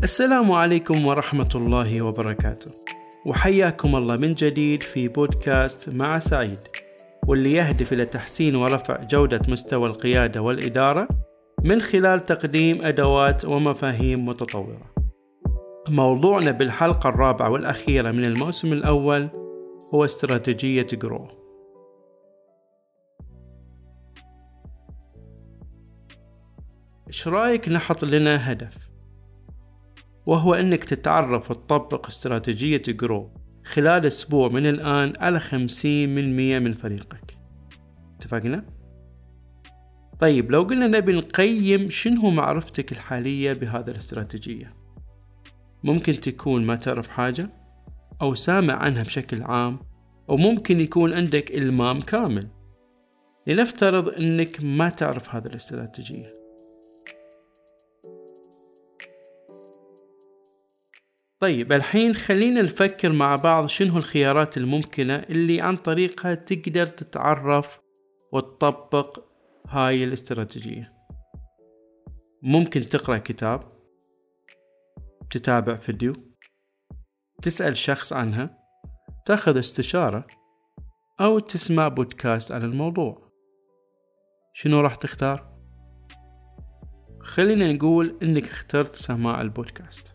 السلام عليكم ورحمة الله وبركاته، وحياكم الله من جديد في بودكاست مع سعيد، واللي يهدف إلى تحسين ورفع جودة مستوى القيادة والإدارة من خلال تقديم أدوات ومفاهيم متطورة. موضوعنا بالحلقة الرابعة والأخيرة من الموسم الأول هو استراتيجية جرو. إيش رأيك نحط لنا هدف، وهو أنك تتعرف وتطبق استراتيجية جرو خلال أسبوع من الآن على 50% من فريقك. اتفقنا؟ طيب لو قلنا نبي نقيم شنو معرفتك الحالية بهذا الاستراتيجية، ممكن تكون ما تعرف حاجة أو سامع عنها بشكل عام، أو ممكن يكون عندك إلمام كامل. لنفترض أنك ما تعرف هذا الاستراتيجية. طيب الحين خلينا نفكر مع بعض شنو الخيارات الممكنة اللي عن طريقها تقدر تتعرف وتطبق هاي الاستراتيجية. ممكن تقرأ كتاب، تتابع فيديو، تسأل شخص عنها، تاخذ استشارة، أو تسمع بودكاست عن الموضوع. شنو راح تختار؟ خلينا نقول إنك اخترت سماع البودكاست.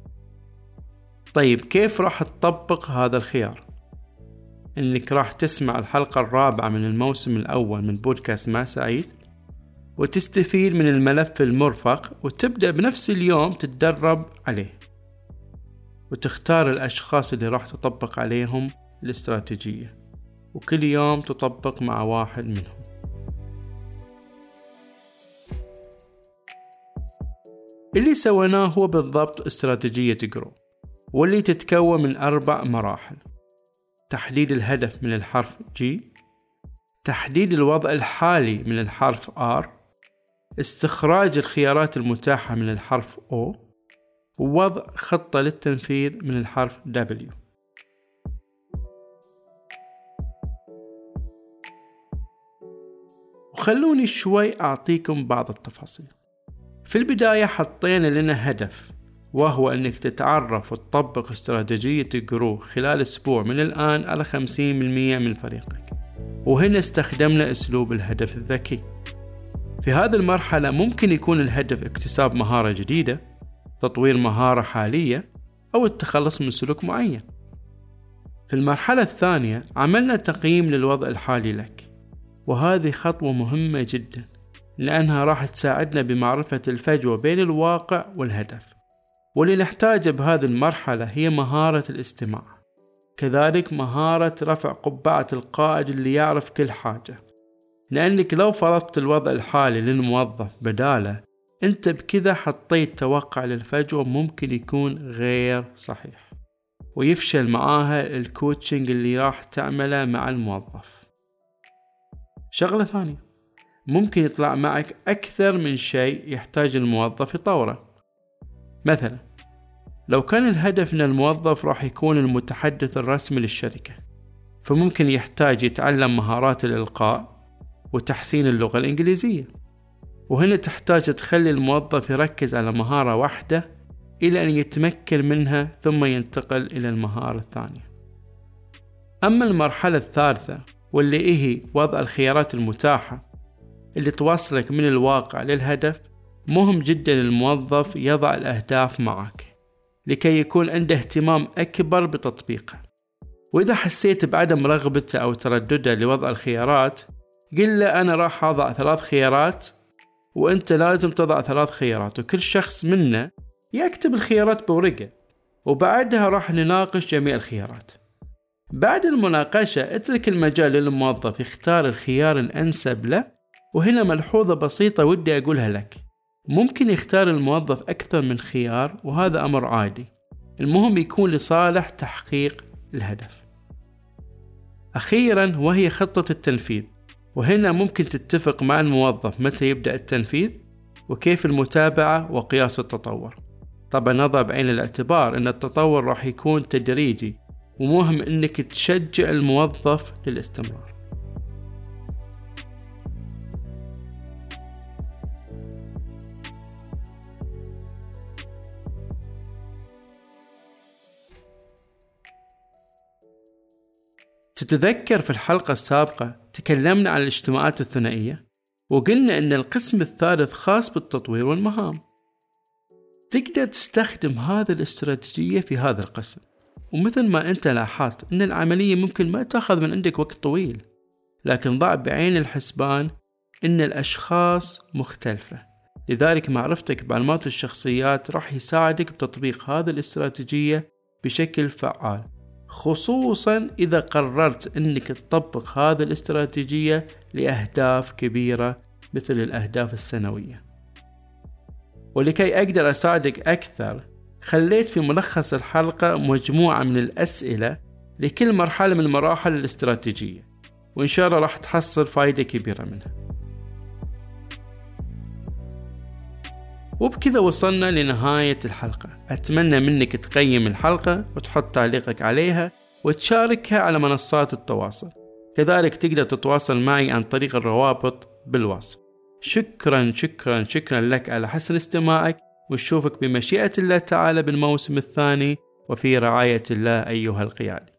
طيب كيف راح تطبق هذا الخيار؟ إنك راح تسمع الحلقة الرابعة من الموسم الأول من بودكاست مع سعيد، وتستفيد من الملف المرفق، وتبدأ بنفس اليوم تتدرب عليه، وتختار الأشخاص اللي راح تطبق عليهم الاستراتيجية، وكل يوم تطبق مع واحد منهم. اللي سويناه هو بالضبط استراتيجية جرو، واللي تتكون من 4 مراحل: تحديد الهدف من الحرف G، تحديد الوضع الحالي من الحرف R، استخراج الخيارات المتاحة من الحرف O، ووضع خطة للتنفيذ من الحرف W. وخلوني شوي أعطيكم بعض التفاصيل. في البداية حطينا لنا هدف، وهو أنك تتعرف وتطبق استراتيجية جرو خلال أسبوع من الآن على 50% من فريقك. وهنا استخدمنا أسلوب الهدف الذكي. في هذه المرحلة ممكن يكون الهدف اكتساب مهارة جديدة، تطوير مهارة حالية، أو التخلص من سلوك معين. في المرحلة الثانية عملنا تقييم للوضع الحالي لك، وهذه خطوة مهمة جدا لأنها راح تساعدنا بمعرفة الفجوة بين الواقع والهدف. واللي نحتاجه بهذه المرحلة هي مهارة الاستماع، كذلك مهارة رفع قبعة القائد اللي يعرف كل حاجة. لأنك لو فرضت الوضع الحالي للموظف بداله، أنت بكذا حطيت توقع للفجوة ممكن يكون غير صحيح، ويفشل معاها الكوتشنج اللي راح تعمله مع الموظف. شغلة ثانية، ممكن يطلع معك أكثر من شيء يحتاج الموظف يطوره. مثلا لو كان الهدف ان الموظف راح يكون المتحدث الرسمي للشركة، فممكن يحتاج يتعلم مهارات الإلقاء وتحسين اللغة الإنجليزية. وهنا تحتاج تخلي الموظف يركز على مهارة واحدة إلى أن يتمكن منها، ثم ينتقل إلى المهارة الثانية. أما المرحلة الثالثة، واللي هي وضع الخيارات المتاحة اللي توصلك من الواقع للهدف، مهم جدا الموظف يضع الأهداف معك لكي يكون عنده اهتمام أكبر بتطبيقها. وإذا حسيت بعدم رغبته أو تردده لوضع الخيارات، قل له أنا راح أضع 3 خيارات، وأنت لازم تضع 3 خيارات، وكل شخص منا يكتب الخيارات بورقة، وبعدها راح نناقش جميع الخيارات. بعد المناقشة اترك المجال للموظف يختار الخيار الأنسب له. وهنا ملحوظة بسيطة ودي أقولها لك: ممكن يختار الموظف أكثر من خيار، وهذا أمر عادي، المهم يكون لصالح تحقيق الهدف. أخيرا وهي خطة التنفيذ، وهنا ممكن تتفق مع الموظف متى يبدأ التنفيذ، وكيف المتابعة وقياس التطور. طبعا نضع بعين الاعتبار أن التطور راح يكون تدريجي، ومهم أنك تشجع الموظف للاستمرار. تتذكر في الحلقة السابقة تكلمنا عن الاجتماعات الثنائية وقلنا أن القسم الثالث خاص بالتطوير والمهام. تقدر تستخدم هذه الاستراتيجية في هذا القسم، ومثل ما أنت لاحظت أن العملية ممكن ما تأخذ من عندك وقت طويل، لكن ضع بعين الحسبان أن الأشخاص مختلفة، لذلك معرفتك بعلامات الشخصيات راح يساعدك بتطبيق هذه الاستراتيجية بشكل فعال، خصوصا إذا قررت أنك تطبق هذه الاستراتيجية لأهداف كبيرة مثل الأهداف السنوية. ولكي أقدر أساعدك أكثر، خليت في ملخص الحلقة مجموعة من الأسئلة لكل مرحلة من مراحل الاستراتيجية، وإن شاء الله راح تحصل فايدة كبيرة منها. وبكذا وصلنا لنهاية الحلقة. أتمنى منك تقيم الحلقة وتحط تعليقك عليها وتشاركها على منصات التواصل، كذلك تقدر تتواصل معي عن طريق الروابط بالوصف. شكرا شكرا شكرا لك على حسن استماعك، ونشوفك بمشيئة الله تعالى بالموسم الثاني، وفي رعاية الله أيها القيادي.